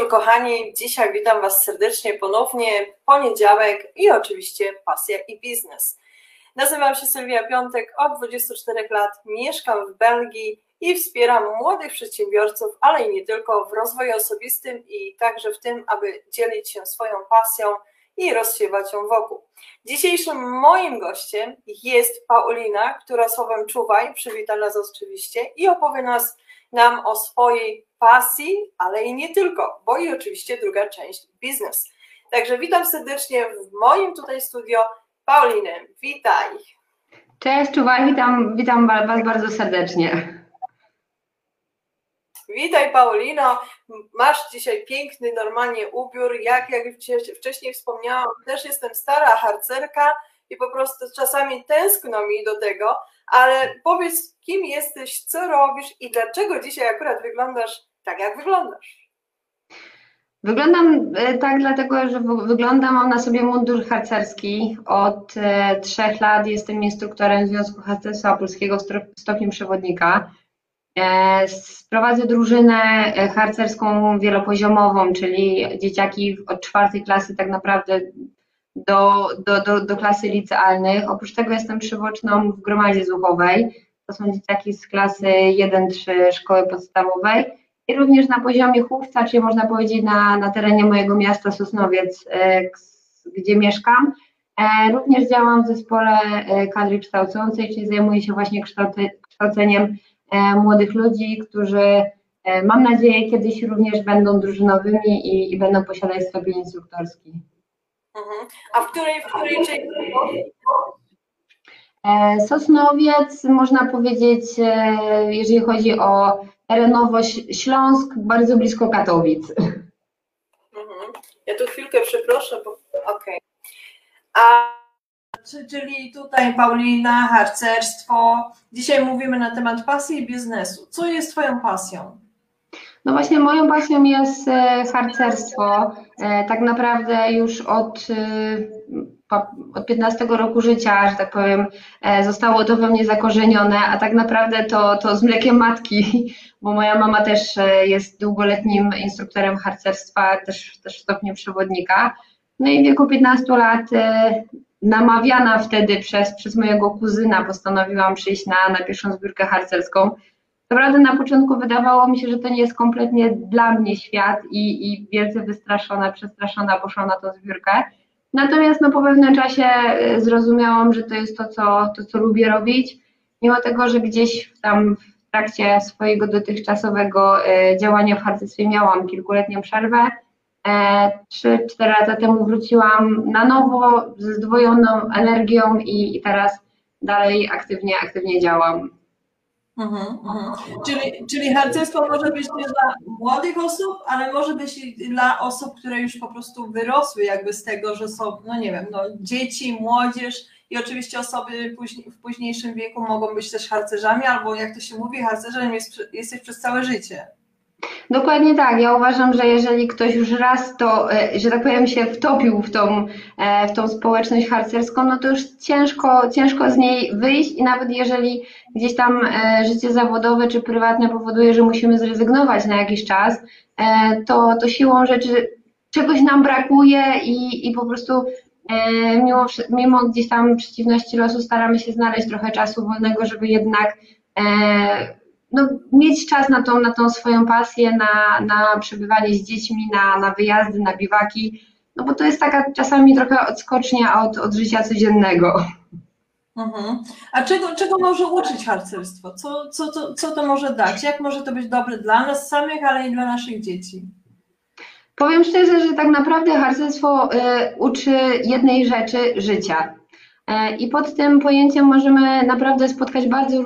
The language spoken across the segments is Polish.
kochani, dzisiaj witam Was serdecznie ponownie, poniedziałek i oczywiście pasja i biznes. Nazywam się Sylwia Piątek, od 24 lat mieszkam w Belgii i wspieram młodych przedsiębiorców, ale i nie tylko, w rozwoju osobistym i także w tym, aby dzielić się swoją pasją i rozsiewać ją wokół. Dzisiejszym moim gościem jest Paulina, która słowem czuwaj, przywita nas oczywiście i opowie nam o swojej pasji, ale i nie tylko, bo i oczywiście druga część biznes. Także witam serdecznie w moim tutaj studio Paulinę. Witaj. Cześć, czuwaj, witam Was bardzo serdecznie. Witaj Paulino, masz dzisiaj piękny normalnie ubiór, jak wcześniej wspomniałam, też jestem stara harcerka i po prostu czasami tęskno mi do tego, ale powiedz, kim jesteś, co robisz i dlaczego dzisiaj akurat wyglądasz tak, jak wyglądasz? Wyglądam tak dlatego, że mam na sobie mundur harcerski. Od 3 lat jestem instruktorem Związku Harcerstwa Polskiego w stopniu przewodnika. Prowadzę drużynę harcerską wielopoziomową, czyli dzieciaki od 4 klasy tak naprawdę do klasy licealnych. Oprócz tego jestem przywoczną w gromadzie zuchowej. To są dzieciaki z klasy 1-3 szkoły podstawowej. I również na poziomie chówca, czyli można powiedzieć na terenie mojego miasta Sosnowiec, gdzie mieszkam. Również działam w zespole kadry kształcącej, czyli zajmuję się właśnie kształceniem młodych ludzi, którzy mam nadzieję kiedyś również będą drużynowymi i będą posiadać stopień instruktorski. A w której części? Sosnowiec, można powiedzieć, jeżeli chodzi o terenowość, Śląsk, bardzo blisko Katowic. Ja tu chwilkę przeproszę, bo okej. A czyli tutaj Paulina, harcerstwo. Dzisiaj mówimy na temat pasji i biznesu. Co jest Twoją pasją? No właśnie moją pasją jest harcerstwo. Tak naprawdę już od 15 roku życia, że tak powiem, zostało to we mnie zakorzenione, a tak naprawdę to z mlekiem matki, bo moja mama też jest długoletnim instruktorem harcerstwa, też w stopniu przewodnika. No i w wieku 15 lat namawiana wtedy przez mojego kuzyna postanowiłam przyjść na pierwszą zbiórkę harcerską. Naprawdę na początku wydawało mi się, że to nie jest kompletnie dla mnie świat i wielce wystraszona, przestraszona poszłam na tą zbiórkę. Natomiast po pewnym czasie zrozumiałam, że to jest to, co lubię robić, mimo tego, że gdzieś tam w trakcie swojego dotychczasowego działania w harcerstwie miałam kilkuletnią przerwę. 3-4 lata temu wróciłam na nowo ze zdwojoną energią i teraz dalej aktywnie działam. Czyli harcerstwo może być nie dla młodych osób, ale może być i dla osób, które już po prostu wyrosły jakby z tego, że są, no nie wiem, dzieci, młodzież i oczywiście osoby w późniejszym wieku mogą być też harcerzami, albo jak to się mówi, harcerzem jesteś przez całe życie. Dokładnie tak. Ja uważam, że jeżeli ktoś już raz to, że tak powiem, się wtopił w tą społeczność harcerską, no to już ciężko z niej wyjść i nawet jeżeli gdzieś tam życie zawodowe czy prywatne powoduje, że musimy zrezygnować na jakiś czas, to siłą rzeczy czegoś nam brakuje i po prostu mimo gdzieś tam przeciwności losu staramy się znaleźć trochę czasu wolnego, żeby jednak mieć czas na tą swoją pasję, na przebywanie z dziećmi, na wyjazdy, na biwaki, bo to jest taka czasami trochę odskocznia od życia codziennego. A czego może uczyć harcerstwo? Co to może dać? Jak może to być dobre dla nas samych, ale i dla naszych dzieci? Powiem szczerze, że tak naprawdę harcerstwo uczy jednej rzeczy – życia. I pod tym pojęciem możemy naprawdę spotkać bardzo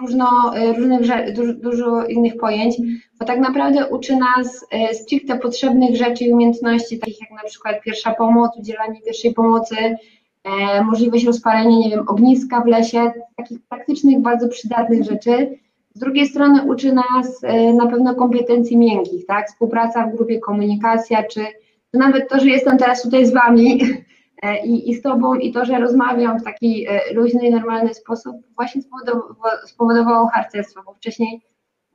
dużo innych pojęć, bo tak naprawdę uczy nas stricte potrzebnych rzeczy i umiejętności, takich jak na przykład pierwsza pomoc, udzielanie pierwszej pomocy, możliwość rozpalenia, nie wiem, ogniska w lesie, takich praktycznych, bardzo przydatnych rzeczy. Z drugiej strony uczy nas na pewno kompetencji miękkich, tak? Współpraca w grupie, komunikacja, czy nawet to, że jestem teraz tutaj z Wami i z Tobą i to, że rozmawiam w taki luźny i normalny sposób właśnie spowodowało harcerstwo, bo wcześniej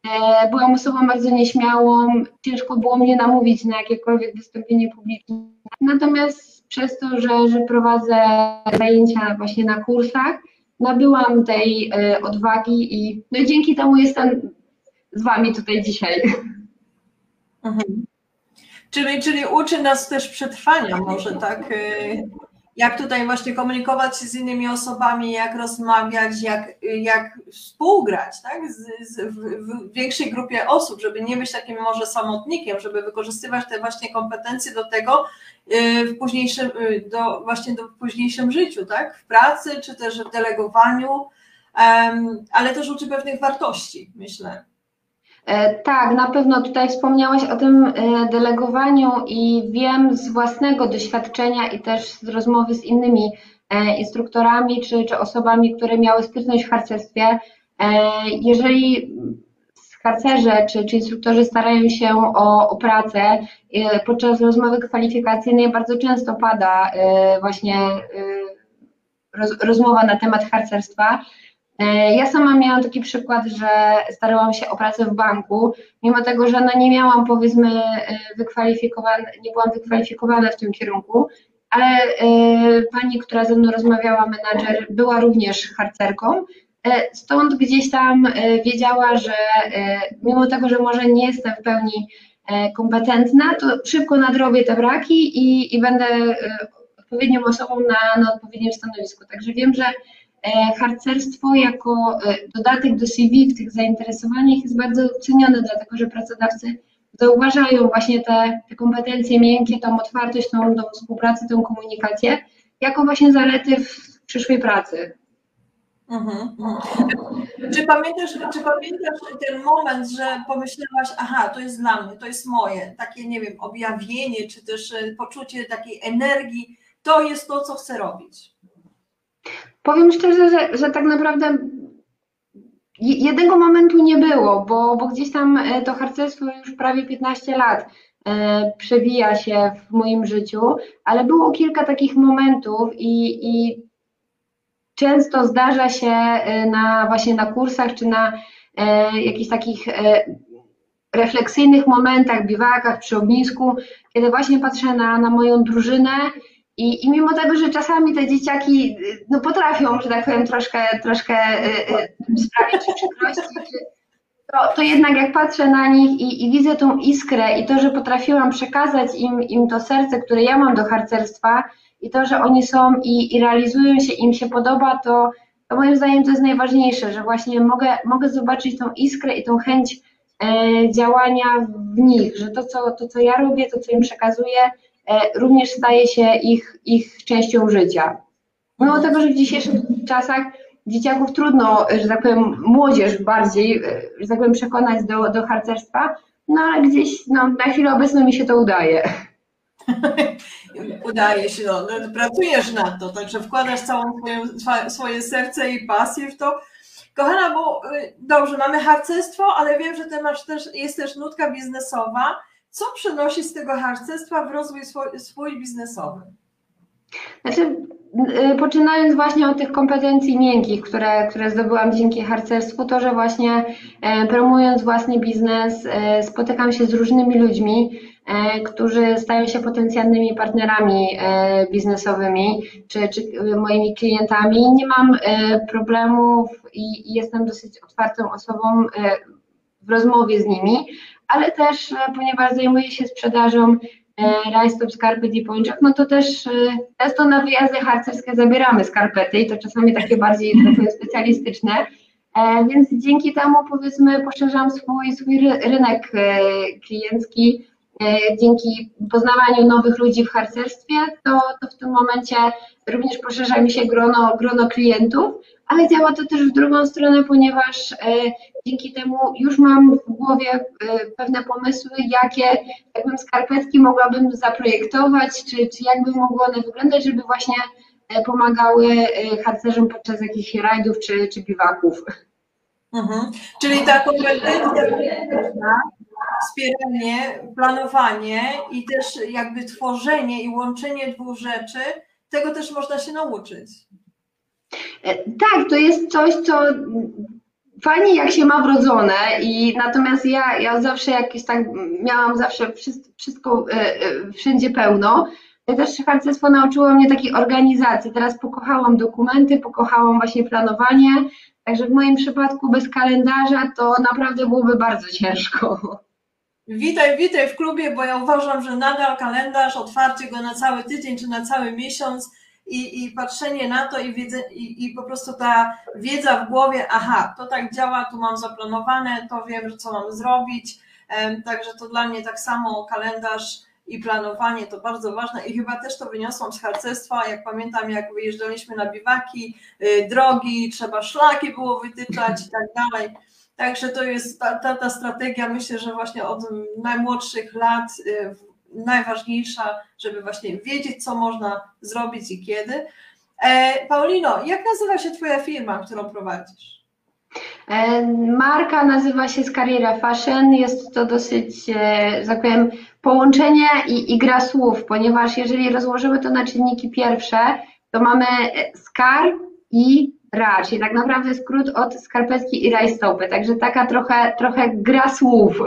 Byłam osobą bardzo nieśmiałą, ciężko było mnie namówić na jakiekolwiek wystąpienie publiczne. Natomiast przez to, że prowadzę zajęcia właśnie na kursach, nabyłam tej odwagi i no i dzięki temu jestem z Wami tutaj dzisiaj. Mhm. Czyli uczy nas też przetrwania może, tak? Jak tutaj właśnie komunikować się z innymi osobami, jak rozmawiać, jak współgrać, tak? W większej grupie osób, żeby nie być takim może samotnikiem, żeby wykorzystywać te właśnie kompetencje do tego w późniejszym życiu, tak? W pracy, czy też w delegowaniu, ale też uczy pewnych wartości, myślę. Tak, na pewno tutaj wspomniałaś o tym delegowaniu i wiem z własnego doświadczenia i też z rozmowy z innymi instruktorami czy osobami, które miały styczność w harcerstwie, jeżeli harcerze czy instruktorzy starają się o pracę, podczas rozmowy kwalifikacyjnej bardzo często pada właśnie rozmowa na temat harcerstwa. Ja sama miałam taki przykład, że starałam się o pracę w banku, mimo tego, że no nie miałam, powiedzmy, nie byłam wykwalifikowana w tym kierunku, ale pani, która ze mną rozmawiała, menadżer, była również harcerką, stąd gdzieś tam wiedziała, że mimo tego, że może nie jestem w pełni kompetentna, to szybko nadrobię te braki i będę odpowiednią osobą na odpowiednim stanowisku. Także wiem, że harcerstwo jako dodatek do CV w tych zainteresowaniach jest bardzo cenione, dlatego że pracodawcy zauważają właśnie te kompetencje miękkie, tą otwartość, tą współpracę, tą komunikację, jako właśnie zalety w przyszłej pracy. Czy pamiętasz ten moment, że pomyślałaś, aha, to jest dla mnie, to jest moje, takie, nie wiem, objawienie, czy też poczucie takiej energii, to jest to, co chcę robić? Powiem szczerze, że tak naprawdę jednego momentu nie było, bo gdzieś tam to harcerstwo już prawie 15 lat przewija się w moim życiu, ale było kilka takich momentów i często zdarza się właśnie na kursach czy na jakichś takich refleksyjnych momentach, biwakach przy ognisku, kiedy właśnie patrzę na moją drużynę i mimo tego, że czasami te dzieciaki no, potrafią, że tak powiem, troszkę sprawić przykrości, to jednak jak patrzę na nich i widzę tą iskrę i to, że potrafiłam przekazać im to serce, które ja mam do harcerstwa i to, że oni są i realizują się, im się podoba, to moim zdaniem to jest najważniejsze, że właśnie mogę zobaczyć tą iskrę i tą chęć działania w nich, że to, co ja robię, to, co im przekazuję, również staje się ich częścią życia. Mimo tego, że w dzisiejszych czasach dzieciaków trudno, że tak powiem, młodzież bardziej, że tak powiem, przekonać do harcerstwa, no ale gdzieś na chwilę obecną mi się to udaje. Udaje się, no, pracujesz nad to, także wkładasz swoje serce i pasję w to. Kochana, bo dobrze, mamy harcerstwo, ale wiem, że jest też nutka biznesowa. Co przynosi z tego harcerstwa w rozwój swój biznesowy? Znaczy, poczynając właśnie od tych kompetencji miękkich, które zdobyłam dzięki harcerstwu, to, że właśnie promując własny biznes, spotykam się z różnymi ludźmi, którzy stają się potencjalnymi partnerami biznesowymi, czy moimi klientami. Nie mam problemów i jestem dosyć otwartą osobą w rozmowie z nimi, ale też, ponieważ zajmuję się sprzedażą rajstop, skarpet i pończok, no to też często na wyjazdy harcerskie zabieramy skarpety i to czasami takie bardziej specjalistyczne, więc dzięki temu, powiedzmy, poszerzam swój rynek kliencki. Dzięki poznawaniu nowych ludzi w harcerstwie, to w tym momencie również poszerza mi się grono klientów, ale działa to też w drugą stronę, ponieważ dzięki temu już mam w głowie pewne pomysły, jakie skarpetki mogłabym zaprojektować, czy jakby mogły one wyglądać, żeby właśnie pomagały harcerzom podczas jakichś rajdów czy biwaków. Czyli ta kompetencja, wspieranie, planowanie i też jakby tworzenie i łączenie dwóch rzeczy, tego też można się nauczyć. Tak, to jest coś, co fajnie jak się ma wrodzone i natomiast ja zawsze jakieś tak miałam zawsze wszystko wszędzie pełno. Ja też harcerstwo nauczyło mnie takiej organizacji. Teraz pokochałam dokumenty, pokochałam właśnie planowanie, także w moim przypadku bez kalendarza to naprawdę byłoby bardzo ciężko. Witaj w klubie, bo ja uważam, że nadal kalendarz, otwarcie go na cały tydzień czy na cały miesiąc i patrzenie na to i po prostu ta wiedza w głowie, aha, to tak działa, tu mam zaplanowane, to wiem, że co mam zrobić, także to dla mnie tak samo kalendarz i planowanie to bardzo ważne i chyba też to wyniosłam z harcerstwa, jak pamiętam, jak wyjeżdżaliśmy na biwaki, drogi, trzeba szlaki było wytyczać i tak dalej. Także to jest ta strategia, myślę, że właśnie od najmłodszych lat najważniejsza, żeby właśnie wiedzieć, co można zrobić i kiedy. Paulino, jak nazywa się Twoja firma, którą prowadzisz? Marka nazywa się Scarriera Fashion. Jest to dosyć, że tak powiem, połączenie i gra słów, ponieważ jeżeli rozłożymy to na czynniki pierwsze, to mamy skar i ra, czyli tak naprawdę skrót od skarpetki i rajstopy, także taka trochę gra słów.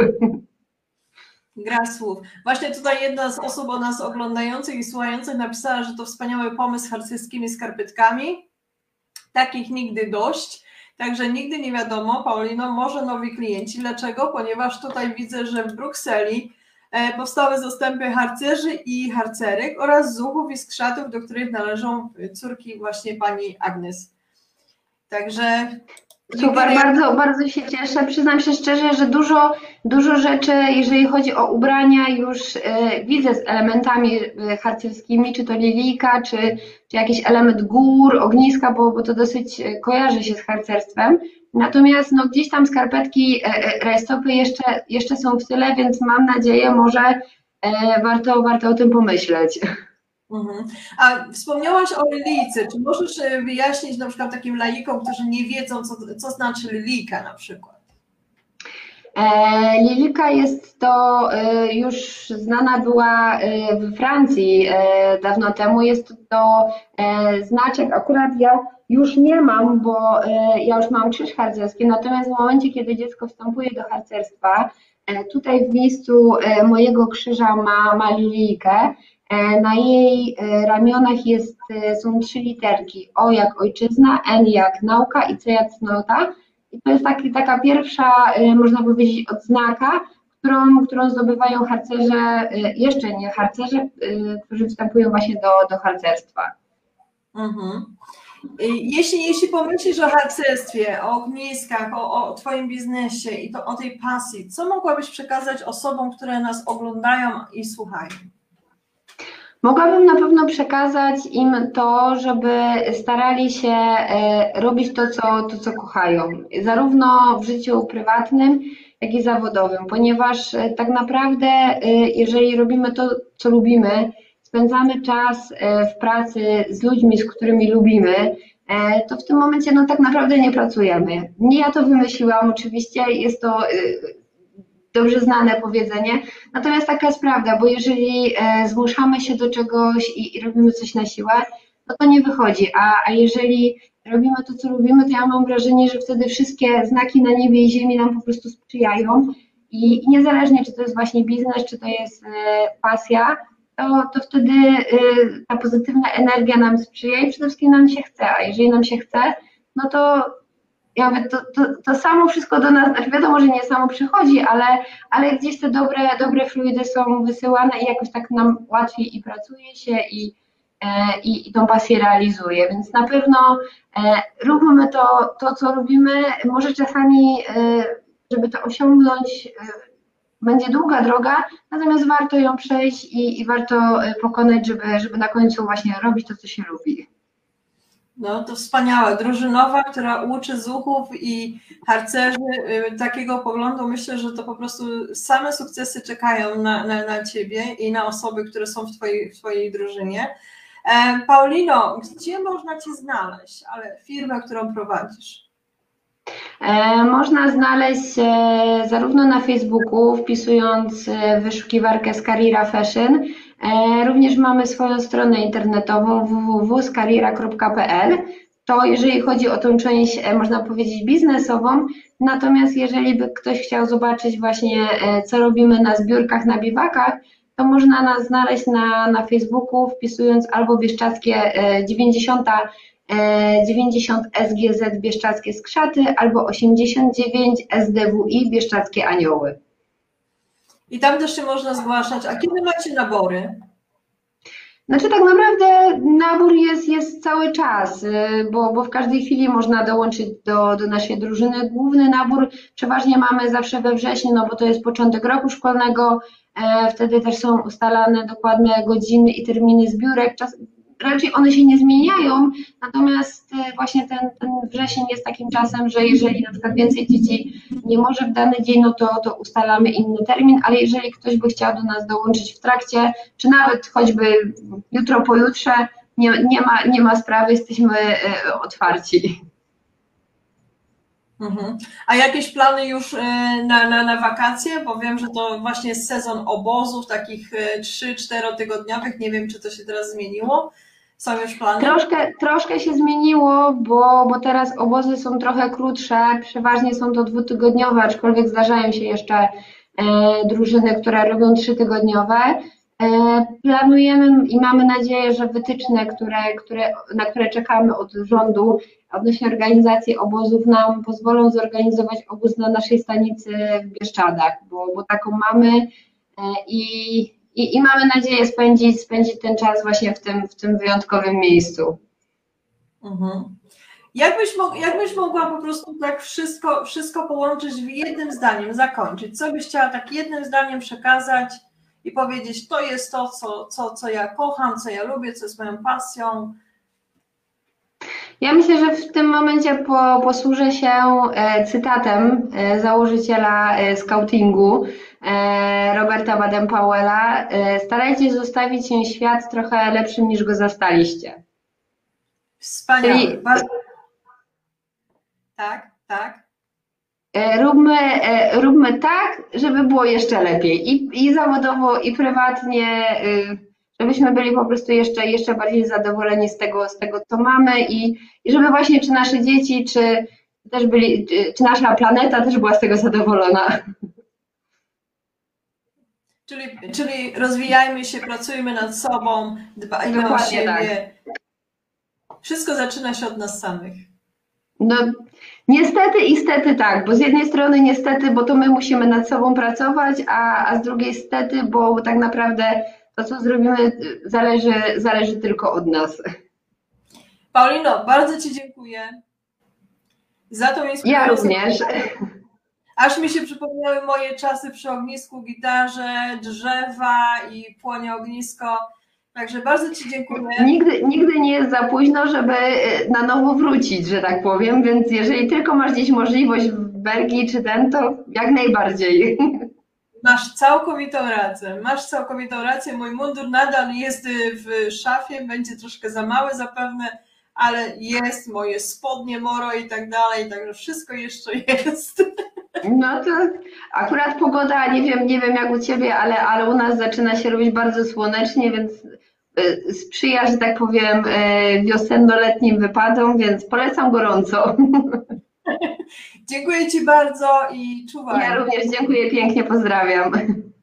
Gra słów. Właśnie tutaj jedna z osób o nas oglądających i słuchających napisała, że to wspaniały pomysł z harcerskimi skarpetkami. Takich nigdy dość. Także nigdy nie wiadomo, Paulino, może nowi klienci. Dlaczego? Ponieważ tutaj widzę, że w Brukseli powstały zastępy harcerzy i harcerek oraz zuchów i skrzatów, do których należą córki właśnie pani Agnes. Także super, bardzo się cieszę. Przyznam się szczerze, że dużo rzeczy, jeżeli chodzi o ubrania, już widzę z elementami harcerskimi, czy to lilijka, czy jakiś element gór, ogniska, bo to dosyć kojarzy się z harcerstwem. Natomiast no, gdzieś tam skarpetki, rajstopy jeszcze są w tyle, więc mam nadzieję, może warto o tym pomyśleć. A wspomniałaś o lilijce. Czy możesz wyjaśnić na przykład takim laikom, którzy nie wiedzą, co znaczy lilijka na przykład? Lilika jest to, już znana była we Francji dawno temu, jest to znaczek, akurat ja już nie mam, bo ja już mam krzyż harcerski, natomiast w momencie, kiedy dziecko wstępuje do harcerstwa, tutaj w miejscu mojego krzyża ma lilijkę. Na jej ramionach są 3 literki. O jak ojczyzna, N jak nauka i C jak cnota. I to jest taka pierwsza, można powiedzieć, odznaka, którą zdobywają harcerze, jeszcze nie harcerze, którzy wstępują właśnie do harcerstwa. Jeśli pomyślisz o harcerstwie, o ogniskach, o Twoim biznesie i o tej pasji, co mogłabyś przekazać osobom, które nas oglądają i słuchają? Mogłabym na pewno przekazać im to, żeby starali się robić to, co kochają, zarówno w życiu prywatnym, jak i zawodowym, ponieważ tak naprawdę, jeżeli robimy to, co lubimy, spędzamy czas w pracy z ludźmi, z którymi lubimy, to w tym momencie no tak naprawdę nie pracujemy. Nie ja to wymyśliłam, oczywiście jest to dobrze znane powiedzenie, natomiast taka jest prawda, bo jeżeli zmuszamy się do czegoś i robimy coś na siłę, no to nie wychodzi, a jeżeli robimy to, co lubimy, to ja mam wrażenie, że wtedy wszystkie znaki na niebie i ziemi nam po prostu sprzyjają i niezależnie, czy to jest właśnie biznes, czy to jest pasja, to wtedy ta pozytywna energia nam sprzyja i przede wszystkim nam się chce, a jeżeli nam się chce, no to ja mówię, to samo wszystko do nas, znaczy wiadomo, że nie samo przychodzi, ale gdzieś te dobre fluidy są wysyłane i jakoś tak nam łatwiej i pracuje się i tą pasję realizuje, więc na pewno róbmy to, co lubimy, może czasami, żeby to osiągnąć, będzie długa droga, natomiast warto ją przejść i warto pokonać, żeby na końcu właśnie robić to, co się lubi. No to wspaniałe. Drużynowa, która uczy zuchów i harcerzy takiego poglądu. Myślę, że to po prostu same sukcesy czekają na Ciebie i na osoby, które są w Twojej drużynie. Paulino, gdzie można Cię znaleźć, ale firmę, którą prowadzisz? Można znaleźć zarówno na Facebooku, wpisując wyszukiwarkę Scarriera Fashion. Również mamy swoją stronę internetową www.scarriera.pl, To jeżeli chodzi o tą część, można powiedzieć, biznesową, natomiast jeżeli by ktoś chciał zobaczyć właśnie, co robimy na zbiórkach, na biwakach, to można nas znaleźć na Facebooku, wpisując albo Bieszczackie 90 SGZ Bieszczackie Skrzaty, albo 89 SDWI Bieszczackie Anioły. I tam też się można zgłaszać. A kiedy macie nabory? Znaczy tak naprawdę nabór jest cały czas, bo w każdej chwili można dołączyć do naszej drużyny. Główny nabór przeważnie mamy zawsze we wrześniu, no bo to jest początek roku szkolnego, wtedy też są ustalane dokładne godziny i terminy zbiórek. Raczej one się nie zmieniają, natomiast właśnie ten wrzesień jest takim czasem, że jeżeli na przykład więcej dzieci nie może w dany dzień, no to ustalamy inny termin, ale jeżeli ktoś by chciał do nas dołączyć w trakcie, czy nawet choćby jutro, pojutrze, nie ma sprawy, jesteśmy otwarci. A jakieś plany już na wakacje? Bo wiem, że to właśnie jest sezon obozów, takich 3-4 tygodniowych. Nie wiem, czy to się teraz zmieniło. Są już plany? Troszkę się zmieniło, bo teraz obozy są trochę krótsze, przeważnie są to 2-tygodniowe, aczkolwiek zdarzają się jeszcze drużyny, które robią 3-tygodniowe. Planujemy i mamy nadzieję, że wytyczne, na które czekamy od rządu odnośnie organizacji obozów, nam pozwolą zorganizować obóz na naszej stanicy w Bieszczadach, bo taką mamy i mamy nadzieję spędzić ten czas właśnie w tym wyjątkowym miejscu. Jakbyś mogła po prostu tak wszystko połączyć w jednym zdaniem, zakończyć? Co byś chciała tak jednym zdaniem przekazać i powiedzieć, to jest to, co ja kocham, co ja lubię, co jest moją pasją? Ja myślę, że w tym momencie posłużę się cytatem założyciela skautingu, Roberta Baden-Powella. Starajcie zostawić się świat trochę lepszym niż go zastaliście. Wspaniale. Czyli... Tak. Róbmy tak, żeby było jeszcze lepiej. I zawodowo, i prywatnie, żebyśmy byli po prostu jeszcze bardziej zadowoleni z tego, co mamy i żeby właśnie czy nasze dzieci, czy nasza planeta też była z tego zadowolona. Czyli rozwijajmy się, pracujmy nad sobą, dbajmy o siebie. Tak. Wszystko zaczyna się od nas samych. No niestety i stety tak, bo z jednej strony niestety, bo to my musimy nad sobą pracować, a z drugiej stety, bo tak naprawdę to, co zrobimy, zależy tylko od nas. Paulino, bardzo Ci dziękuję za tą inspirację. Ja również. Aż mi się przypomniały moje czasy przy ognisku, gitarze, drzewa i płonie ognisko. Także bardzo Ci dziękuję. Nigdy nie jest za późno, żeby na nowo wrócić, że tak powiem, więc jeżeli tylko masz gdzieś możliwość w Belgii czy to jak najbardziej. Masz całkowitą rację. Mój mundur nadal jest w szafie, będzie troszkę za mały zapewne, ale jest moje spodnie, moro i tak dalej, także wszystko jeszcze jest. No to akurat pogoda, nie wiem jak u Ciebie, ale u nas zaczyna się robić bardzo słonecznie, więc sprzyja, że tak powiem, wiosenno-letnim wypadom, więc polecam gorąco. Dziękuję Ci bardzo i czuwaj. Ja również dziękuję pięknie, pozdrawiam.